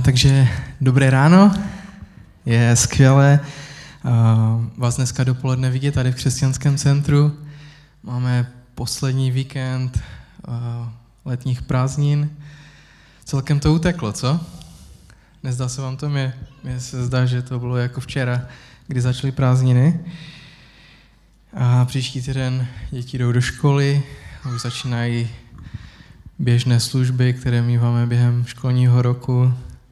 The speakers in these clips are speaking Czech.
Takže dobré ráno, je skvělé vás dneska dopoledne vidět tady v Křesťanském centru. Máme poslední víkend letních prázdnin. Celkem to uteklo, co? Nezdá se vám to? Mně se zdá, že to bylo jako včera, kdy začaly prázdniny. A příští týden děti jdou do školy, už začínají běžné služby, které míváme během školního roku.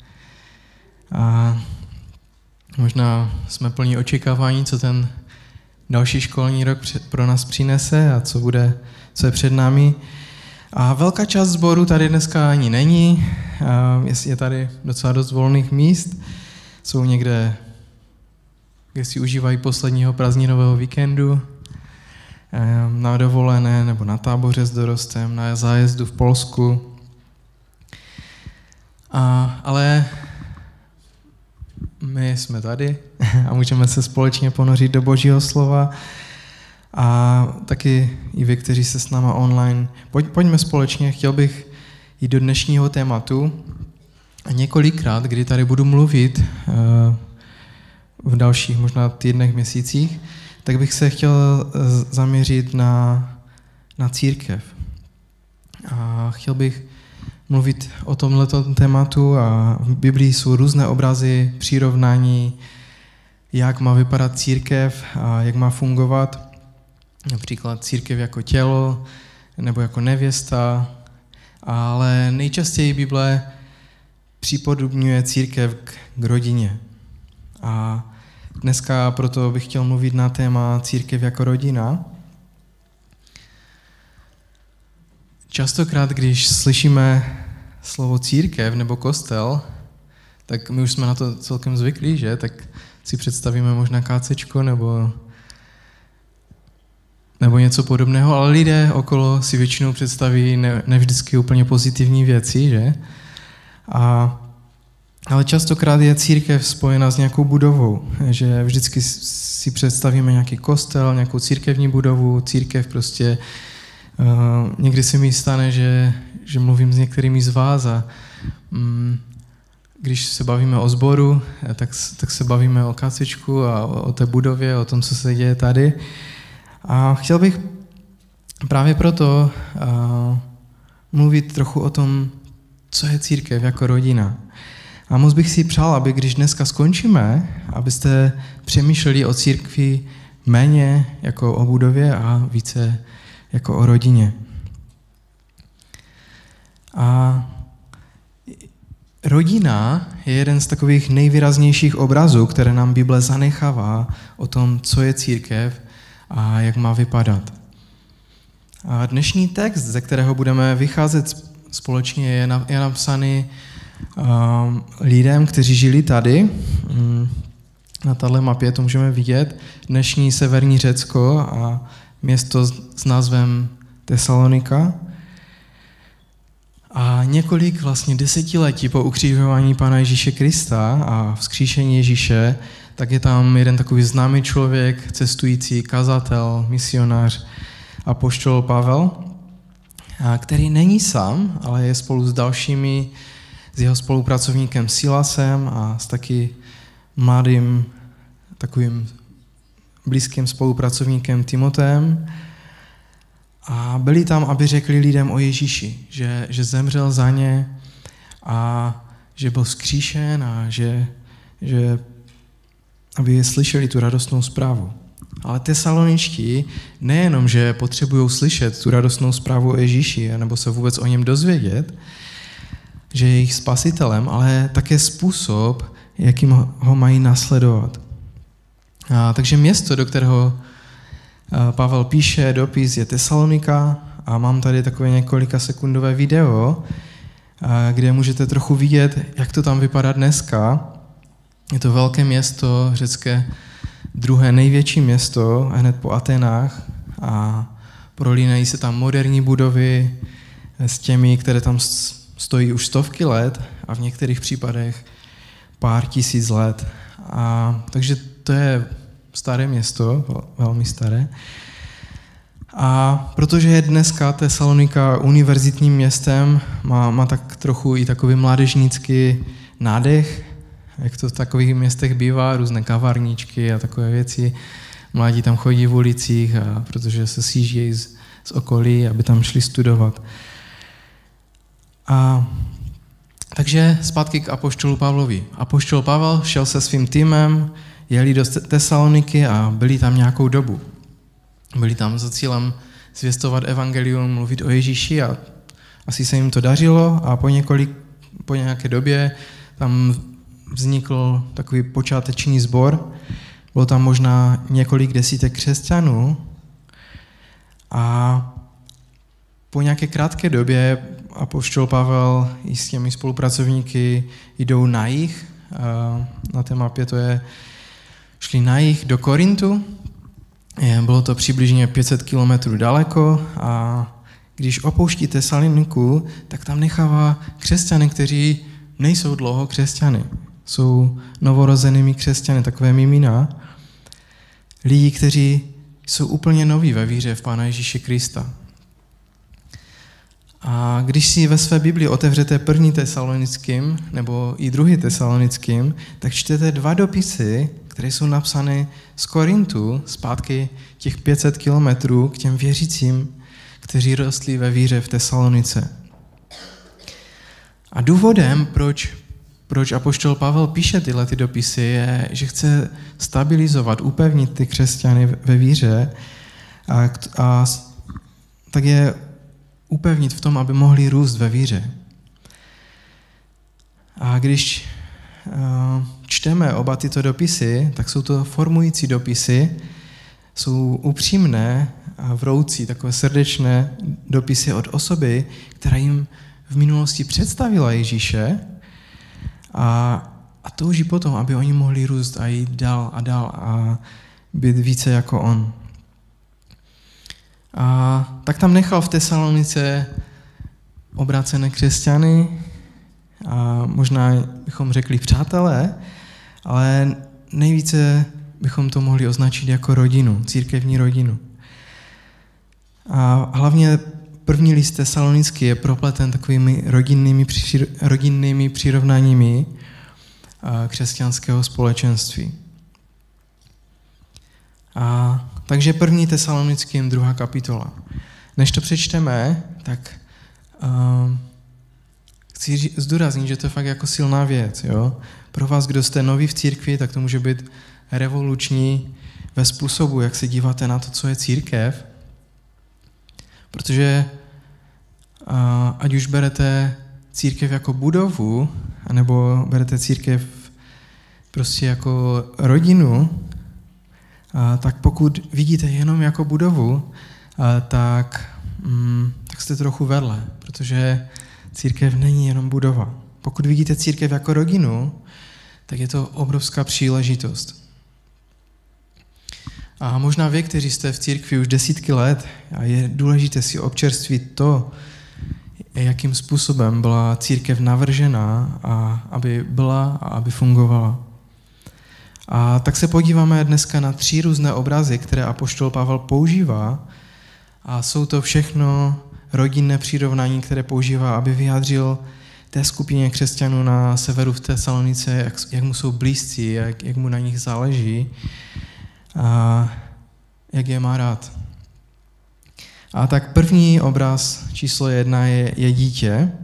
A možná jsme plní očekávání, co ten další školní rok pro nás přinese a co je před námi. A velká část sboru tady dneska ani není. Je tady docela dost volných míst. Jsou někde, kde si užívají posledního prázdninového víkendu, na dovolené nebo na táboře s dorostem, na zájezdu v Polsku. Ale my jsme tady a můžeme se společně ponořit do Božího slova. A taky i vy, kteří se s náma online. Pojďme společně, chtěl bych jít do dnešního tématu. A několikrát, kdy tady budu mluvit v dalších možná týdnech, měsících, tak bych se chtěl zaměřit na církev. A chtěl bych mluvit o tomhleto tématu a v Biblii jsou různé obrazy, přirovnání, jak má vypadat církev a jak má fungovat. Například církev jako tělo nebo jako nevěsta, ale nejčastěji Bible připodobňuje církev k rodině. A dneska proto bych chtěl mluvit na téma církev jako rodina. Častokrát, když slyšíme slovo církev nebo kostel, tak my už jsme na to celkem zvyklí, že? Tak si představíme možná kácečko nebo něco podobného, ale lidé okolo si většinou představí ne vždycky úplně pozitivní věci, že? Ale častokrát je církev spojena s nějakou budovou, že vždycky si představíme nějaký kostel, nějakou církevní budovu, církev prostě. Někdy se mi stane, že mluvím s některými z vás a když se bavíme o sboru, tak se bavíme o kacečku a o té budově, o tom, co se děje tady. A chtěl bych právě proto mluvit trochu o tom, co je církev jako rodina. A moc bych si přál, aby když dneska skončíme, abyste přemýšleli o církvi méně jako o budově a více jako o rodině. A rodina je jeden z takových nejvýraznějších obrazů, které nám Bible zanechává o tom, co je církev a jak má vypadat. A dnešní text, ze kterého budeme vycházet společně, je napsaný lidem, kteří žili tady. Na téhle mapě to můžeme vidět. Dnešní severní Řecko a město s názvem Tesalonika. A několik vlastně desetiletí po ukřižování Pána Ježíše Krista a vzkříšení Ježíše, tak je tam jeden takový známý člověk, cestující kazatel, misionář, apoštol Pavel, který není sám, ale je spolu s dalšími, s jeho spolupracovníkem Silasem a s taky mladým takovým blízkým spolupracovníkem Timoteem. A byli tam, aby řekli lidem o Ježíši, že zemřel za ně a že byl vzkříšen a že aby slyšeli tu radostnou zprávu. Ale Tesaloničtí nejenom, že potřebují slyšet tu radostnou zprávu o Ježíši nebo se vůbec o něm dozvědět, že je jejich spasitelem, ale také způsob, jakým ho mají nasledovat. Takže město, do kterého Pavel píše dopis, je Tesalonika a mám tady takové několika sekundové video, kde můžete trochu vidět, jak to tam vypadá dneska. Je to velké město, řecké druhé největší město, hned po Atenách a prolínají se tam moderní budovy s těmi, které tam stojí už stovky let a v některých případech pár tisíc let. Takže to je staré město, velmi staré. A protože je dneska Tesalonika univerzitním městem, má tak trochu i takový mládežnický nádech, jak to v takových městech bývá, různé kavárničky a takové věci. Mladí tam chodí v ulicích, protože se sjíždějí z okolí, aby tam šli studovat. Takže zpátky k apoštolu Pavlovi. Apoštol Pavel šel se svým týmem, jeli do Tesaloniky a byli tam nějakou dobu. Byli tam za cílem zvěstovat evangelium, mluvit o Ježíši a asi se jim to dařilo a po nějaké době tam vznikl takový počáteční sbor. Bylo tam možná několik desítek křesťanů a po nějaké krátké době apoštol Pavel i s těmi spolupracovníky jdou na jih. Na té mapě to je, šli na jih do Korintu. Bylo to přibližně 500 kilometrů daleko a když opouští Tesaloniku, tak tam nechává křesťany, kteří nejsou dlouho křesťany. Jsou novorozenými křesťany, takové mimina. Lidi, kteří jsou úplně noví ve víře v Pána Ježíše Krista. A když si ve své Biblii otevřete 1. Tesalonickým nebo i 2. Tesalonickým, tak čtete 2 dopisy, které jsou napsané z Korintu, zpátky těch 500 kilometrů k těm věřícím, kteří rostli ve víře v Tesalonice. A důvodem, proč apoštol Pavel píše tyhle ty dopisy, je, že chce stabilizovat, upevnit ty křesťany ve víře a tak je upevnit v tom, aby mohli růst ve víře. A když čteme oba tyto dopisy, tak jsou to formující dopisy, jsou upřímné a vroucí, takové srdečné dopisy od osoby, která jim v minulosti představila Ježíše a touží potom, aby oni mohli růst a jít dál a být více jako on. A tak tam nechal v Tesalonice obrácené křesťany a možná bychom řekli přátelé, ale nejvíce bychom to mohli označit jako rodinu, církevní rodinu. A hlavně první list Tesalonický je propleten takovými rodinnými přirovnáními křesťanského společenství. Takže 1. Tesalonickým 2. kapitola. Než to přečteme, tak chci zdůraznit, že to je fakt jako silná věc. Jo? Pro vás, kdo jste noví v církvi, tak to může být revoluční ve způsobu, jak se díváte na to, co je církev. Protože ať už berete církev jako budovu, anebo berete církev prostě jako rodinu, tak pokud vidíte jenom jako budovu, tak jste trochu vedle, protože církev není jenom budova. Pokud vidíte církev jako rodinu, tak je to obrovská příležitost. A možná vy, kteří jste v církvi už desítky let, a je důležité si občerstvit to, jakým způsobem byla církev navržena, aby byla a aby fungovala. A tak se podíváme dneska na 3 různé obrazy, které apoštol Pavel používá. A jsou to všechno rodinné přirovnání, které používá, aby vyjádřil té skupině křesťanů na severu v Tesalonice, jak mu jsou blízcí, jak mu na nich záleží a jak je má rád. A tak první obraz číslo 1 je dítě.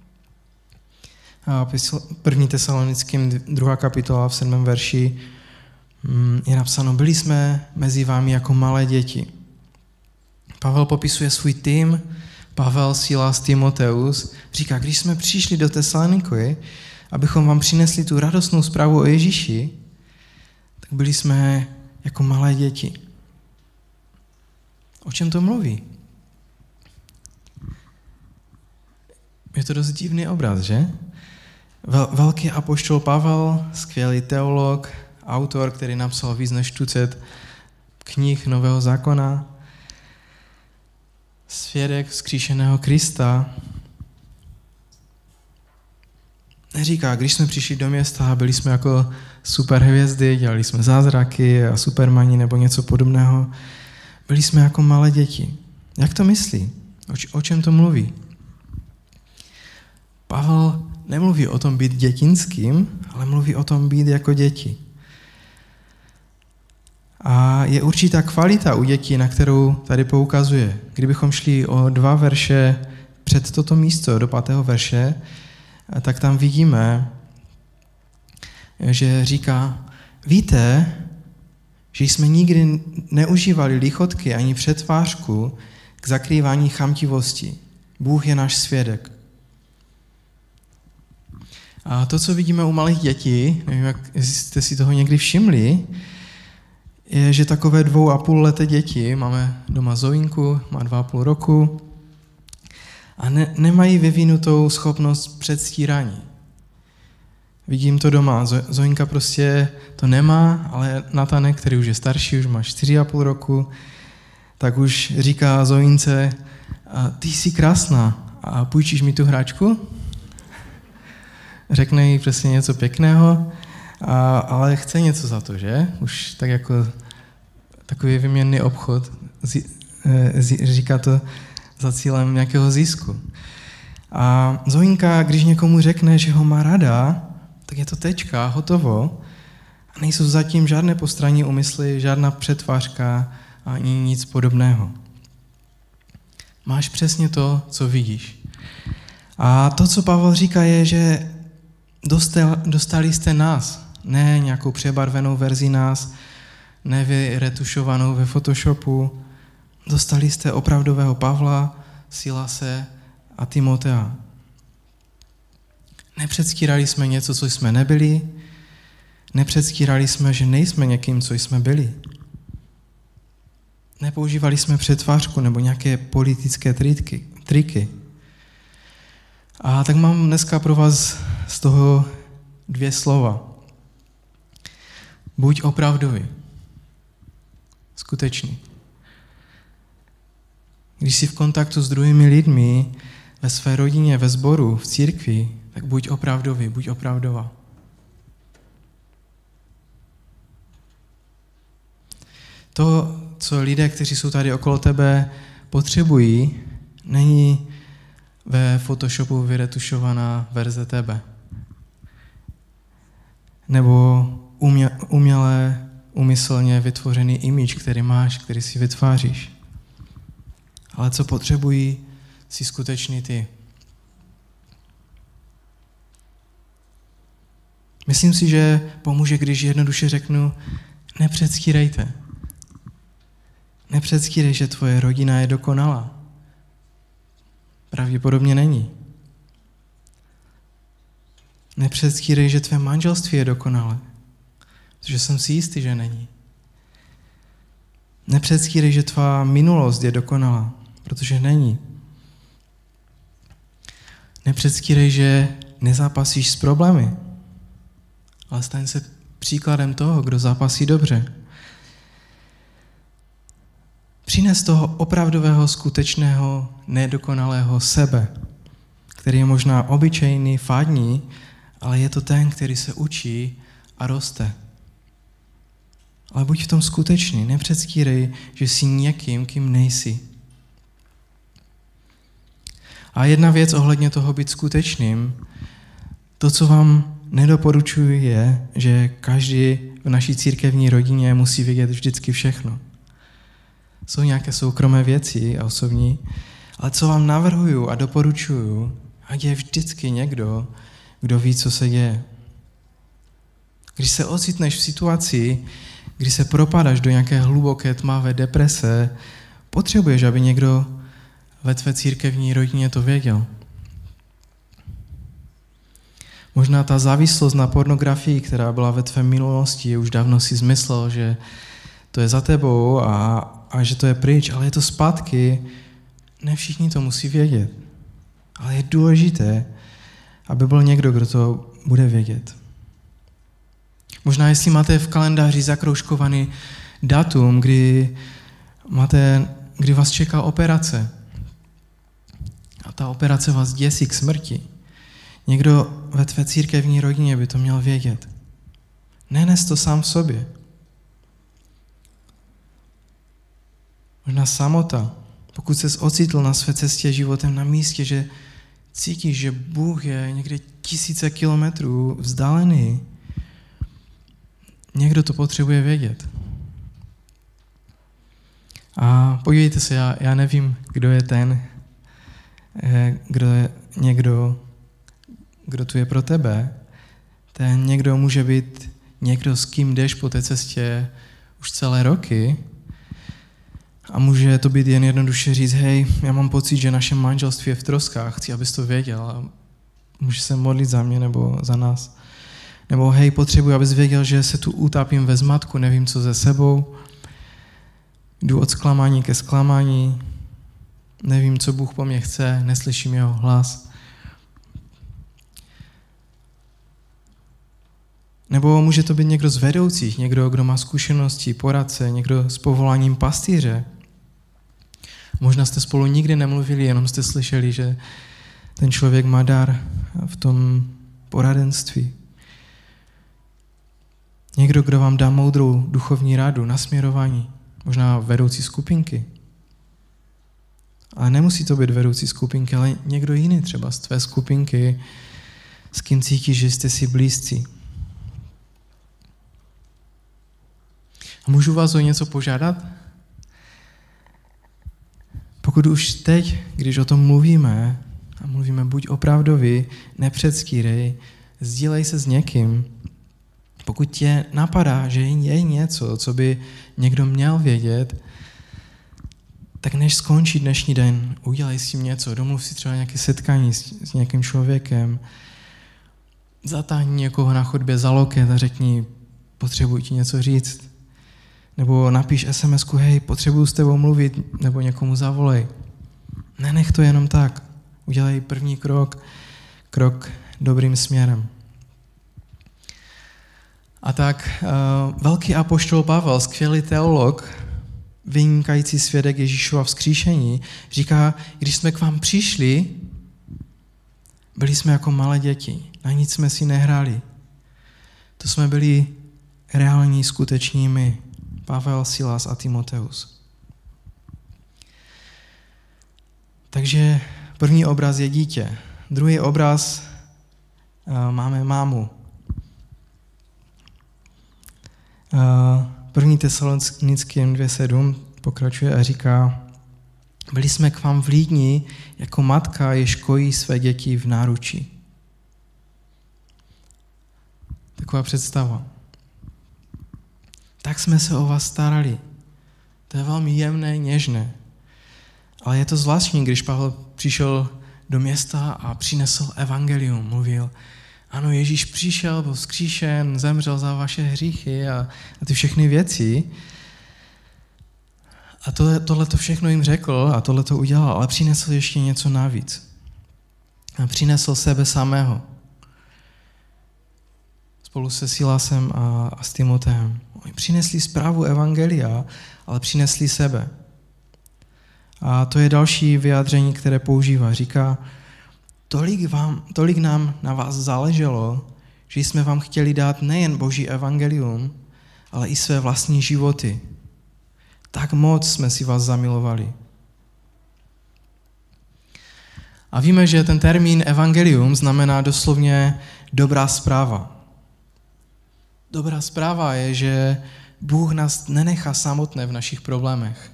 A 1. Tesalonickým 2. kapitola v 7. verši je napsáno: byli jsme mezi vámi jako malé děti. Pavel popisuje svůj tým, Pavel, Silas, Timoteus, říká, když jsme přišli do Tesaloniky, abychom vám přinesli tu radostnou zprávu o Ježíši, tak byli jsme jako malé děti. O čem to mluví? Je to dost divný obraz, že? Velký apoštol Pavel, skvělý teolog, autor, který napsal víc než 40 knih Nového zákona, svědek vzkříšeného Krista, neříká, když jsme přišli do města a byli jsme jako superhvězdy, dělali jsme zázraky a supermani nebo něco podobného, byli jsme jako malé děti. Jak to myslí? O čem to mluví? Pavel nemluví o tom být dětinským, ale mluví o tom být jako děti. A je určitá kvalita u dětí, na kterou tady poukazuje. Kdybychom šli o 2 verše před toto místo, do 5. verše, tak tam vidíme, že říká, víte, že jsme nikdy neužívali lichotky ani přetvářku k zakrývání chamtivosti. Bůh je náš svědek. A to, co vidíme u malých dětí, nevím, jestli jste si toho někdy všimli, je, že takové 2,5leté děti, máme doma Zoinku, má 2,5 roku, a nemají vyvinutou schopnost předstírání. Vidím to doma. Zoinka prostě to nemá, ale Natanek, který už je starší, už má 4,5 roku, tak už říká Zoince, ty jsi krásná a půjčíš mi tu hráčku? Řekne jí přesně něco pěkného, ale chce něco za to, že? Už tak jako takový vyměnný obchod, říká to za cílem nějakého zisku. A Zoinka, když někomu řekne, že ho má ráda, tak je to tečka, hotovo. A nejsou zatím žádné postranní úmysly, žádná přetvářka ani nic podobného. Máš přesně to, co vidíš. A to, co Pavel říká, je, že dostali jste nás, ne nějakou přebarvenou verzi nás, ne vyretušovanou ve Photoshopu. Dostali jste opravdového Pavla, Silase a Timotea. Nepředstírali jsme něco, co jsme nebyli, nepředstírali jsme, že nejsme někým, co jsme byli. Nepoužívali jsme přetvářku nebo nějaké politické triky. A tak mám dneska pro vás z toho 2 slova. Buď opravdový. Skutečný. Když jsi v kontaktu s druhými lidmi, ve své rodině, ve sboru, v církvi, tak buď opravdový, buď opravdová. To, co lidé, kteří jsou tady okolo tebe, potřebují, není ve Photoshopu vyretušovaná verze tebe. Nebo uměle, úmyslně vytvořený image, který máš, který si vytváříš. Ale co potřebují, si skutečný ty. Myslím si, že pomůže, když jednoduše řeknu, nepředstírejte. Nepředstírej, že tvoje rodina je dokonalá. Pravděpodobně není. Nepředstírej, že tvé manželství je dokonalé. Protože jsem si jistý, že není. Nepředstírej, že tvá minulost je dokonalá. Protože není. Nepředstírej, že nezápasíš s problémy. Ale staň se příkladem toho, kdo zápasí dobře. Přines toho opravdového, skutečného, nedokonalého sebe, který je možná obyčejný, fádní, ale je to ten, který se učí a roste. Ale buď v tom skutečný, nepředstírej, že jsi někým, kým nejsi. A jedna věc ohledně toho být skutečným, to, co vám nedoporučuji, je, že každý v naší církevní rodině musí vědět vždycky všechno. Jsou nějaké soukromé věci a osobní, ale co vám navrhuju a doporučuju, ať je vždycky někdo, kdo ví, co se děje. Když se ocitneš v situaci, kdy se propadáš do nějaké hluboké tmavé deprese, potřebuješ, aby někdo ve tvé církevní rodině to věděl. Možná ta závislost na pornografii, která byla ve tvé minulosti, už dávno si zmyslel, že to je za tebou a že to je pryč, ale je to zpátky. Ne všichni to musí vědět. Ale je důležité, aby byl někdo, kdo to bude vědět. Možná, jestli máte v kalendáři zakroužkovaný datum, kdy vás čeká operace a ta operace vás děsí k smrti, někdo ve tvé církevní rodině by to měl vědět. Nenes to sám v sobě. Možná samota, pokud ses ocitl na své cestě životem na místě, že cítíš, že Bůh je někde tisíce kilometrů vzdálený, někdo to potřebuje vědět. A podívejte se, já nevím, kdo je ten, kdo je někdo, kdo tu je pro tebe. Ten někdo může být někdo, s kým jdeš po té cestě už celé roky a může to být jen jednoduše říct, hej, já mám pocit, že naše manželství je v troskách, chci, abys to věděl a můžeš se modlit za mě nebo za nás. Nebo hej, potřebuji, abys věděl, že se tu utápím ve zmatku, nevím, co se sebou, jdu od zklamání ke zklamání, nevím, co Bůh po mně chce, neslyším jeho hlas. Nebo může to být někdo z vedoucích, někdo, kdo má zkušenosti, poradce, někdo s povoláním pastýře. Možná jste spolu nikdy nemluvili, jenom jste slyšeli, že ten člověk má dar v tom poradenství. Někdo, kdo vám dá moudrou duchovní radu, nasměrování, možná vedoucí skupinky. Ale nemusí to být vedoucí skupinky, ale někdo jiný třeba z tvé skupinky, s kým cítíš, že jste si blízcí. A můžu vás o něco požádat? Pokud už teď, když o tom mluvíme, a mluvíme buď opravdový, nepředstírej, sdílej se s někým. Pokud tě napadá, že je něco, co by někdo měl vědět, tak než skončí dnešní den, udělej s tím něco, domluv si třeba nějaké setkání s nějakým člověkem, zatáhni někoho na chodbě za loket a řekni, potřebuji ti něco říct. Nebo napiš SMS-ku, hej, potřebuji s tebou mluvit, nebo někomu zavolej. Nenech to jenom tak. Udělej první krok dobrým směrem. A tak velký apoštol Pavel, skvělý teolog, vynikající svědek Ježíšova vzkříšení, říká, když jsme k vám přišli, byli jsme jako malé děti, na nic jsme si nehráli. To jsme byli reální, skuteční my. Pavel, Silas a Timoteus. Takže první obraz je dítě. Druhý obraz máme mámu. První Tesalonickým 2:7 pokračuje a říká, byli jsme k vám vlídní jako matka, jež kojí své děti v náručí. Taková představa. Tak jsme se o vás starali. To je velmi jemné, něžné. Ale je to zvláštní, když Pavel přišel do města a přinesl evangelium. Mluvil, ano, Ježíš přišel, byl vzkříšen, zemřel za vaše hříchy a ty všechny věci. A tohle to všechno jim řekl a tohle to udělal, ale přinesl ještě něco navíc. A přinesl sebe samého. Spolu se Silasem a s Timoteem. Oni přinesli zprávu evangelia, ale přinesli sebe. A to je další vyjádření, které používá. Říká, tolik nám na vás záleželo, že jsme vám chtěli dát nejen Boží evangelium, ale i své vlastní životy. Tak moc jsme si vás zamilovali. A víme, že ten termín evangelium znamená doslovně dobrá zpráva. Dobrá zpráva je, že Bůh nás nenechá samotné v našich problémech.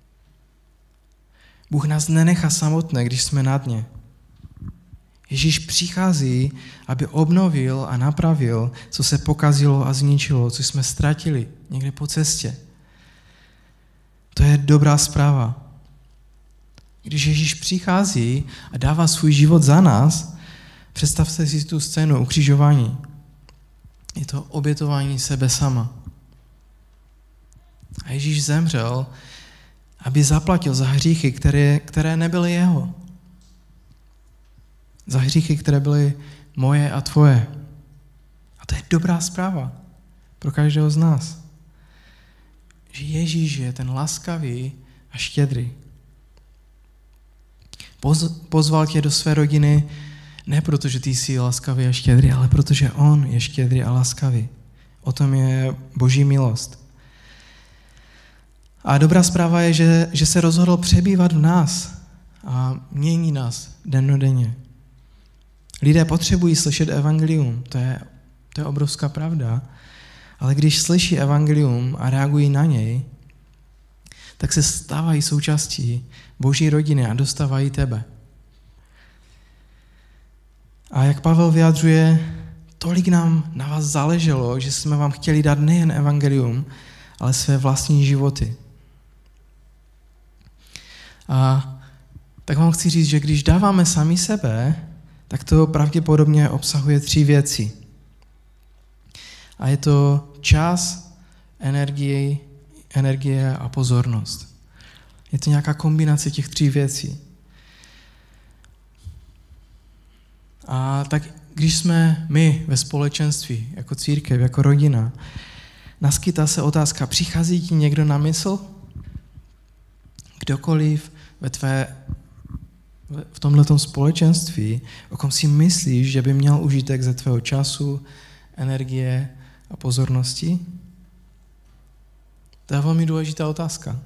Bůh nás nenechá samotné, když jsme na dně. Ježíš přichází, aby obnovil a napravil, co se pokazilo a zničilo, co jsme ztratili někde po cestě. To je dobrá zpráva. Když Ježíš přichází a dává svůj život za nás, představte si tu scénu ukřižování. Je to obětování sebe sama. A Ježíš zemřel, aby zaplatil za hříchy, které nebyly jeho. Za hříchy, které byly moje a tvoje. A to je dobrá zpráva pro každého z nás. Že Ježíš je ten laskavý a štědrý. Pozval tě do své rodiny ne proto, že ty jsi laskavý a štědrý, ale protože on je štědrý a laskavý. O tom je Boží milost. A dobrá zpráva je, že se rozhodl přebývat v nás a mění nás dennodenně. Lidé potřebují slyšet evangelium, to je obrovská pravda, ale když slyší evangelium a reagují na něj, tak se stávají součástí Boží rodiny a dostávají tebe. A jak Pavel vyjadřuje, tolik nám na vás záleželo, že jsme vám chtěli dát nejen evangelium, ale své vlastní životy. A tak vám chci říct, že když dáváme sami sebe, tak to pravděpodobně obsahuje 3 věci. A je to čas, energie a pozornost. Je to nějaká kombinace těch 3 věcí. A tak když jsme my ve společenství, jako církev, jako rodina, naskytá se otázka, přichází ti někdo na mysl? Kdokoliv v tomhletom společenství, o kom si myslíš, že by měl užitek ze tvého času, energie a pozornosti? To je velmi důležitá otázka.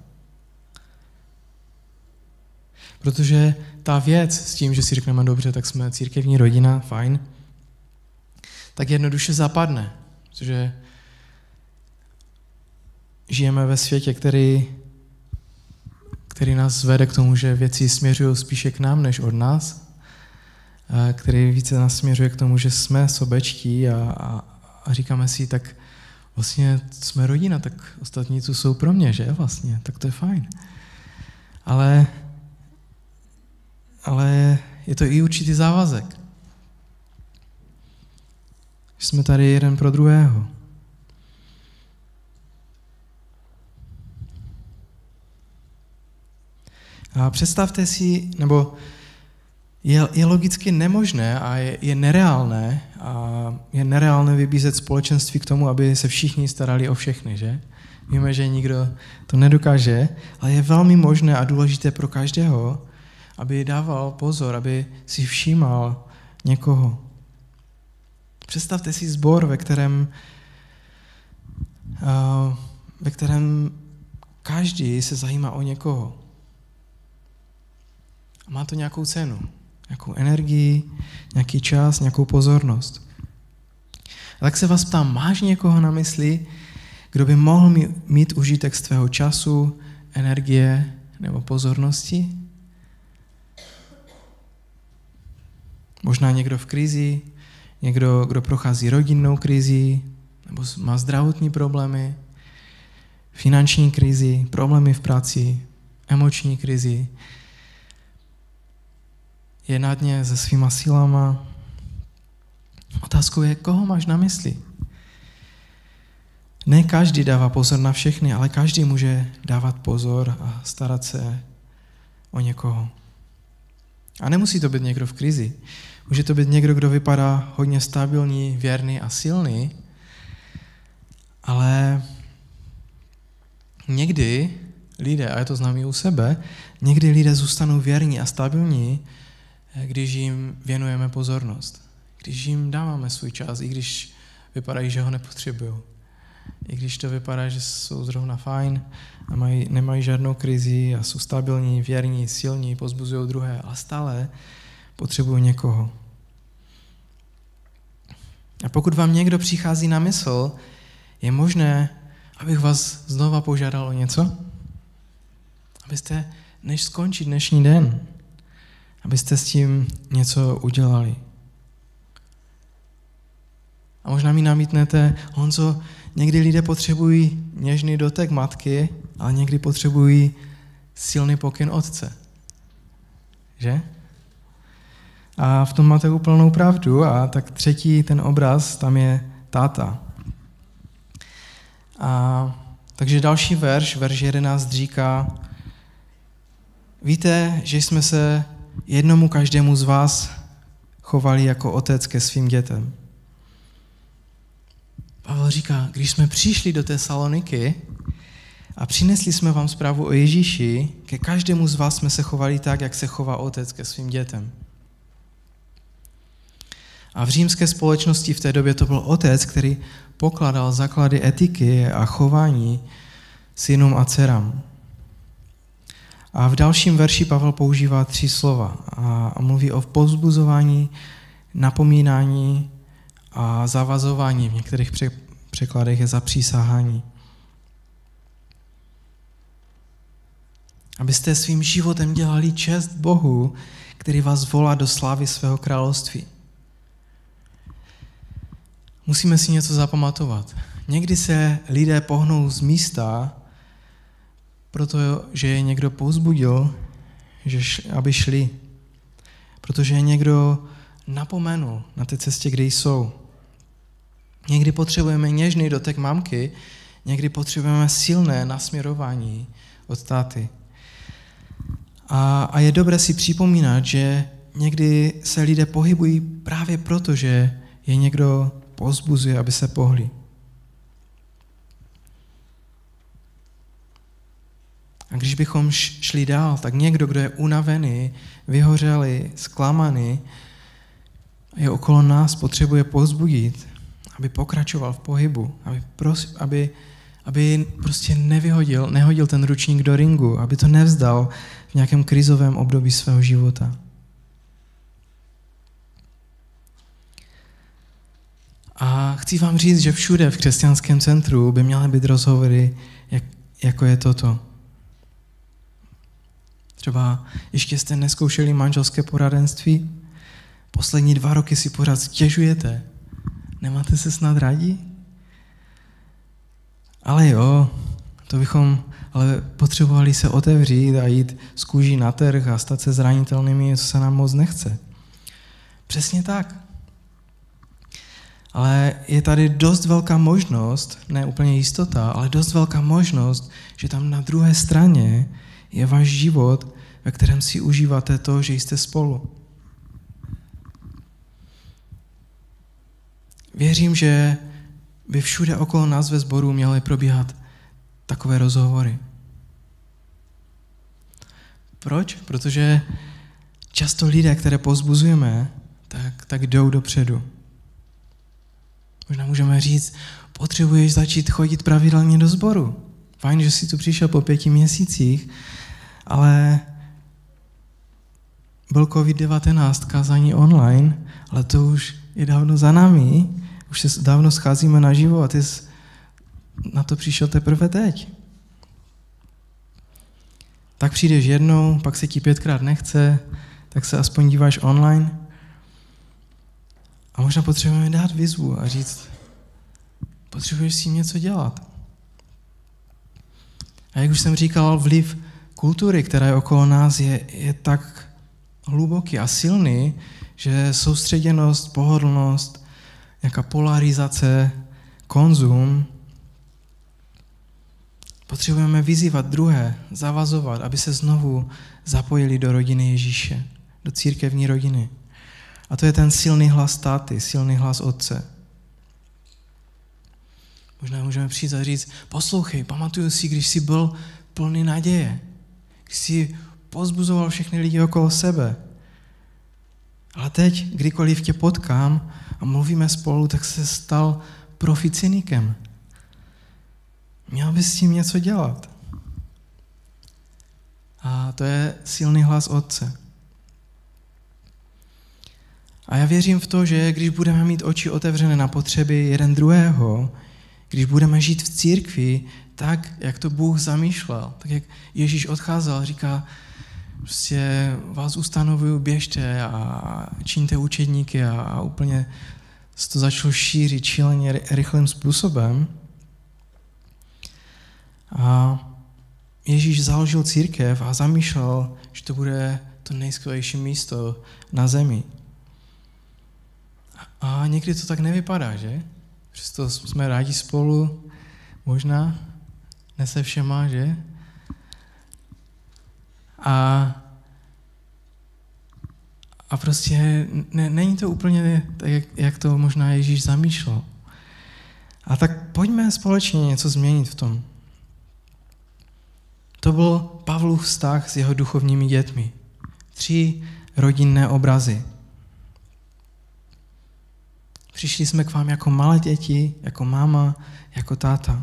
Protože ta věc s tím, že si řekneme dobře, tak jsme církevní rodina, fajn, tak jednoduše zapadne. Protože žijeme ve světě, který nás vede k tomu, že věci směřují spíše k nám, než od nás, který více nás směřuje k tomu, že jsme sobečtí a říkáme si, tak vlastně jsme rodina, tak ostatní tu jsou pro mě, že vlastně, tak to je fajn. Ale je to i určitý závazek. Jsme tady jeden pro druhého. A představte si, nebo je logicky nemožné a je nereálné vybízet společenství k tomu, aby se všichni starali o všechny, že? Víme, že nikdo to nedokáže, ale je velmi možné a důležité pro každého, aby dával pozor, aby si všímal někoho. Představte si sbor, ve kterém každý se zajímá o někoho. A má to nějakou cenu, nějakou energii, nějaký čas, nějakou pozornost. A tak se vás ptám, máš někoho na mysli, kdo by mohl mít užitek z tvého času, energie nebo pozornosti? Možná někdo v krizi, někdo, kdo prochází rodinnou krizi, nebo má zdravotní problémy, finanční krizi, problémy v práci, emoční krizi, je na dně se svýma silama. Otázkou je, koho máš na mysli? Ne každý dává pozor na všechny, ale každý může dávat pozor a starat se o někoho. A nemusí to být někdo v krizi. Může to být někdo, kdo vypadá hodně stabilní, věrný a silný, ale někdy lidé, a já to znám i u sebe, někdy lidé zůstanou věrní a stabilní, když jim věnujeme pozornost. Když jim dáváme svůj čas, i když vypadají, že ho nepotřebují. I když to vypadá, že jsou zrovna fajn a nemají žádnou krizi a jsou stabilní, věrní, silní, pozbuzují druhé, ale stále potřebují někoho. A pokud vám někdo přichází na mysl, je možné, abych vás znova požádal o něco? Abyste, než skončí dnešní den, abyste s tím něco udělali. A možná mi namítnete, Honzo, někdy lidé potřebují něžný dotek matky, ale někdy potřebují silný pokyn otce. Že? A v tom máte úplnou pravdu a tak třetí ten obraz, tam je táta. Takže další verš 11 říká, víte, že jsme se jednomu každému z vás chovali jako otec ke svým dětem. Pavel říká, když jsme přišli do té Saloniky a přinesli jsme vám zprávu o Ježíši, ke každému z vás jsme se chovali tak, jak se chová otec ke svým dětem. A v římské společnosti v té době to byl otec, který pokládal základy etiky a chování synům a dcerám. A v dalším verši Pavel používá 3 slova a mluví o povzbuzování, napomínání a zavazování. V některých překladech je zapřísahání. Abyste svým životem dělali čest Bohu, který vás volá do slávy svého království. Musíme si něco zapamatovat. Někdy se lidé pohnou z místa, protože je někdo povzbudil, aby šli. Protože je někdo napomenul na té cestě, kde jsou. Někdy potřebujeme něžný dotek mamky, někdy potřebujeme silné nasměrování od táty. A je dobré si připomínat, že někdy se lidé pohybují právě proto, že je někdo povzbuzuje, aby se pohli. A když bychom šli dál, tak někdo, kdo je unavený, vyhořelý, zklamaný, je okolo nás, potřebuje povzbudit, aby pokračoval v pohybu, aby prostě nehodil ten ručník do ringu, aby to nevzdal v nějakém krizovém období svého života. A chci vám říct, že všude v křesťanském centru by měly být rozhovory, jako je toto. Třeba ještě jste nezkoušeli manželské poradenství, poslední 2 roky si pořád stěžujete. Nemáte se snad rádi? Ale jo, to bychom ale potřebovali se otevřít a jít z kůží na trh a stát se zranitelnými, co se nám moc nechce. Přesně tak. Ale je tady dost velká možnost, ne úplně jistota, ale dost velká možnost, že tam na druhé straně je váš život, ve kterém si užíváte to, že jste spolu. Věřím, že by všude okolo nás ve sboru měly probíhat takové rozhovory. Proč? Protože často lidé, které povzbuzujeme, tak jdou dopředu. Možná můžeme říct, potřebuješ začít chodit pravidelně do sboru. Fajn, že jsi tu přišel po 5 měsících, ale byl COVID-19, kázání online, ale to už je dávno za námi, už se dávno scházíme naživo a ty jsi na to přišel teprve teď. Tak přijdeš jednou, pak se ti 5krát nechce, tak se aspoň díváš online. A možná potřebujeme dát výzvu a říct, potřebuješ si něco dělat. A jak už jsem říkal, vliv kultury, která je okolo nás, je tak hluboký a silný, že soustředěnost, pohodlnost, nějaká polarizace, konzum, potřebujeme vyzývat druhé, zavazovat, aby se znovu zapojili do rodiny Ježíše, do církevní rodiny. A to je ten silný hlas táty, silný hlas otce. Možná můžeme přijít a říct, poslouchej, pamatuju si, když jsi byl plný naděje, když jsi povzbuzoval všechny lidi okolo sebe. Ale teď, kdykoliv tě potkám a mluvíme spolu, tak se stal proficynikem. Měl bys s tím něco dělat. A to je silný hlas otce. A já věřím v to, že když budeme mít oči otevřené na potřeby jeden druhého, když budeme žít v církvi tak, jak to Bůh zamýšlel, tak jak Ježíš odcházel, říká, prostě vás ustanovuju, běžte a čiňte učedníky a úplně se to začalo šířit šíleně rychlým způsobem. A Ježíš založil církev a zamýšlel, že to bude to nejskvělejší místo na zemi. A někdy to tak nevypadá, že? Přesto jsme rádi spolu, možná, ne se všema, že? A prostě není to úplně tak, jak to možná Ježíš zamýšlel. A tak pojďme společně něco změnit v tom. To byl Pavlův vztah s jeho duchovními dětmi. 3 rodinné obrazy. Přišli jsme k vám jako malé děti, jako máma, jako táta.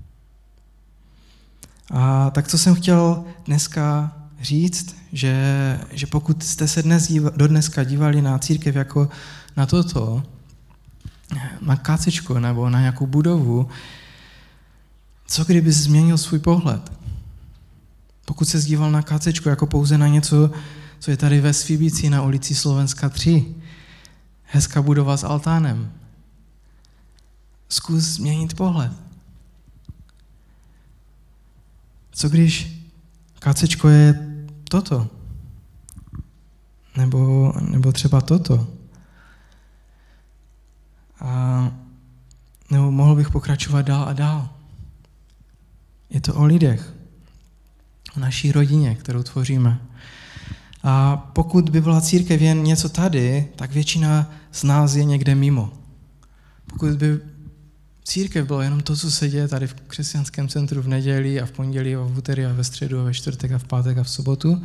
A tak co jsem chtěl dneska říct, že pokud jste se do dneska dívali na církev jako na toto, na kácečko nebo na nějakou budovu, co kdyby změnil svůj pohled? Pokud se díval na kácečko jako pouze na něco, co je tady ve Svíbici na ulici Slovenska 3, hezká budova s altánem. Zkus změnit pohled. Co když kácečko je toto? Nebo třeba toto? Nebo mohl bych pokračovat dál a dál. Je to o lidech, o naší rodině, kterou tvoříme. A pokud by byla církev jen něco tady, tak většina z nás je někde mimo. Pokud by církev bylo jenom to, co se děje tady v křesťanském centru v neděli a v pondělí a v úterý a ve středu a ve čtvrtek a v pátek a v sobotu,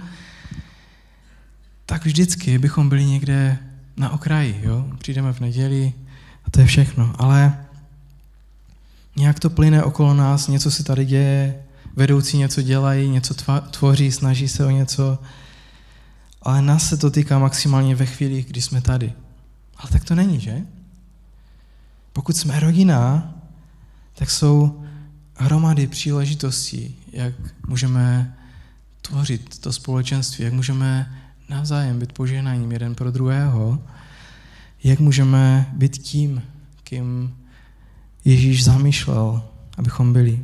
tak vždycky bychom byli někde na okraji. Jo? Přijdeme v neděli a to je všechno. Ale nějak to plyne okolo nás, něco se tady děje, vedoucí něco dělají, něco tvoří, snaží se o něco, ale nás se to týká maximálně ve chvíli, kdy jsme tady. Ale tak to není, že? Pokud jsme rodina, tak jsou hromady příležitostí, jak můžeme tvořit to společenství, jak můžeme navzájem být požehnáním jeden pro druhého, jak můžeme být tím, kým Ježíš zamýšlel, abychom byli.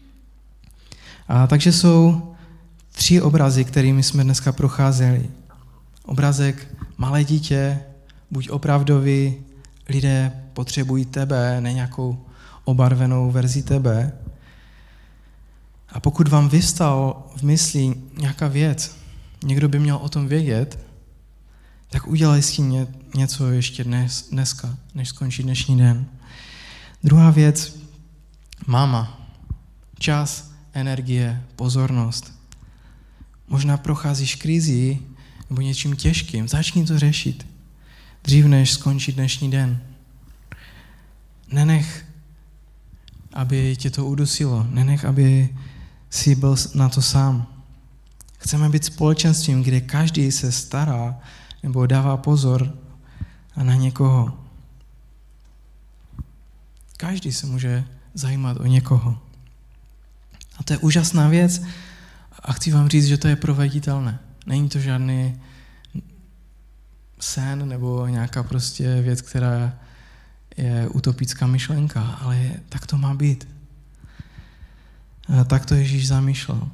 A takže jsou 3 obrazy, kterými jsme dneska procházeli. Obrazek malé dítě, buď opravdový, lidé potřebují tebe, ne nějakou obarvenou verzi tebe. A pokud vám vyvstal v mysli nějaká věc, někdo by měl o tom vědět, tak udělej s tím něco ještě dneska, než skončí dnešní den. Druhá věc, máma. Čas, energie, pozornost. Možná procházíš krizí nebo něčím těžkým. Začni to řešit. Dřív, než skončí dnešní den. Nenech, aby tě to udusilo. Nenech, aby jsi byl na to sám. Chceme být společenstvím, kde každý se stará nebo dává pozor na někoho. Každý se může zajímat o někoho. A to je úžasná věc a chci vám říct, že to je proveditelné. Není to žádný sen nebo nějaká prostě věc, která je utopická myšlenka, ale tak to má být. A tak to Ježíš zamýšlel.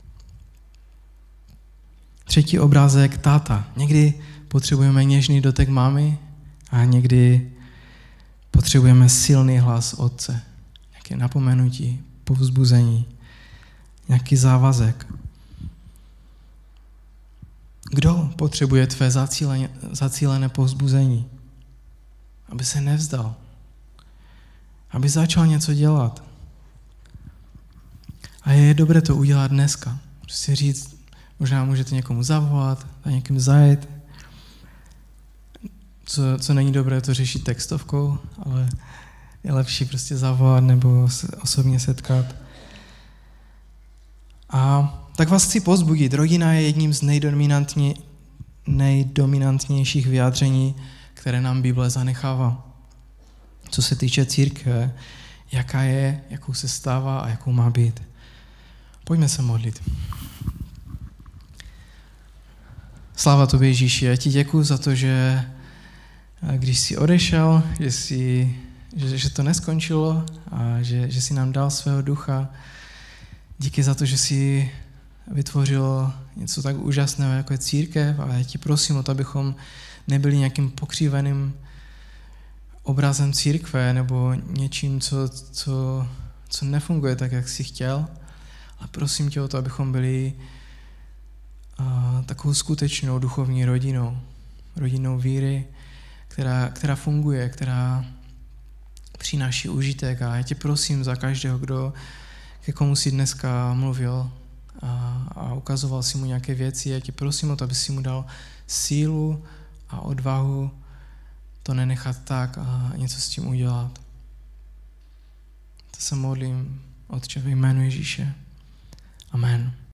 3. obrázek, táta. Někdy potřebujeme něžný dotek mámy a někdy potřebujeme silný hlas otce. Nějaké napomenutí, povzbuzení, nějaký závazek. Kdo potřebuje tvé zacílené povzbuzení? Aby se nevzdal. Aby začal něco dělat. A je dobré to udělat dneska. Prostě říct, možná můžete někomu zavolat, a někým zajet. Co není dobré, to řešit textovkou, ale je lepší prostě zavolat nebo se osobně setkat. A tak vás chci povzbudit. Rodina je jedním z nejdominantnějších vyjádření, které nám Bible zanechává. Co se týče církve, jaká je, jakou se stává a jakou má být. Pojďme se modlit. Sláva tobě, Ježíši, já ti děkuju za to, že když jsi odešel, že to neskončilo a že jsi nám dal svého ducha. Díky za to, že jsi vytvořil něco tak úžasného, jako je církev, a já ti prosím o to, abychom nebyli nějakým pokříveným obrazem církve nebo něčím, co nefunguje tak, jak jsi chtěl. Ale prosím tě o to, abychom byli takovou skutečnou duchovní rodinou víry, která funguje, která přináší užitek. A já tě prosím za každého, ke komu jsi dneska mluvil a ukazoval si mu nějaké věci. Já tě prosím o to, aby si mu dal sílu a odvahu to nenechat tak a něco s tím udělat. To se modlím, Otče, ve jménu Ježíše. Amen.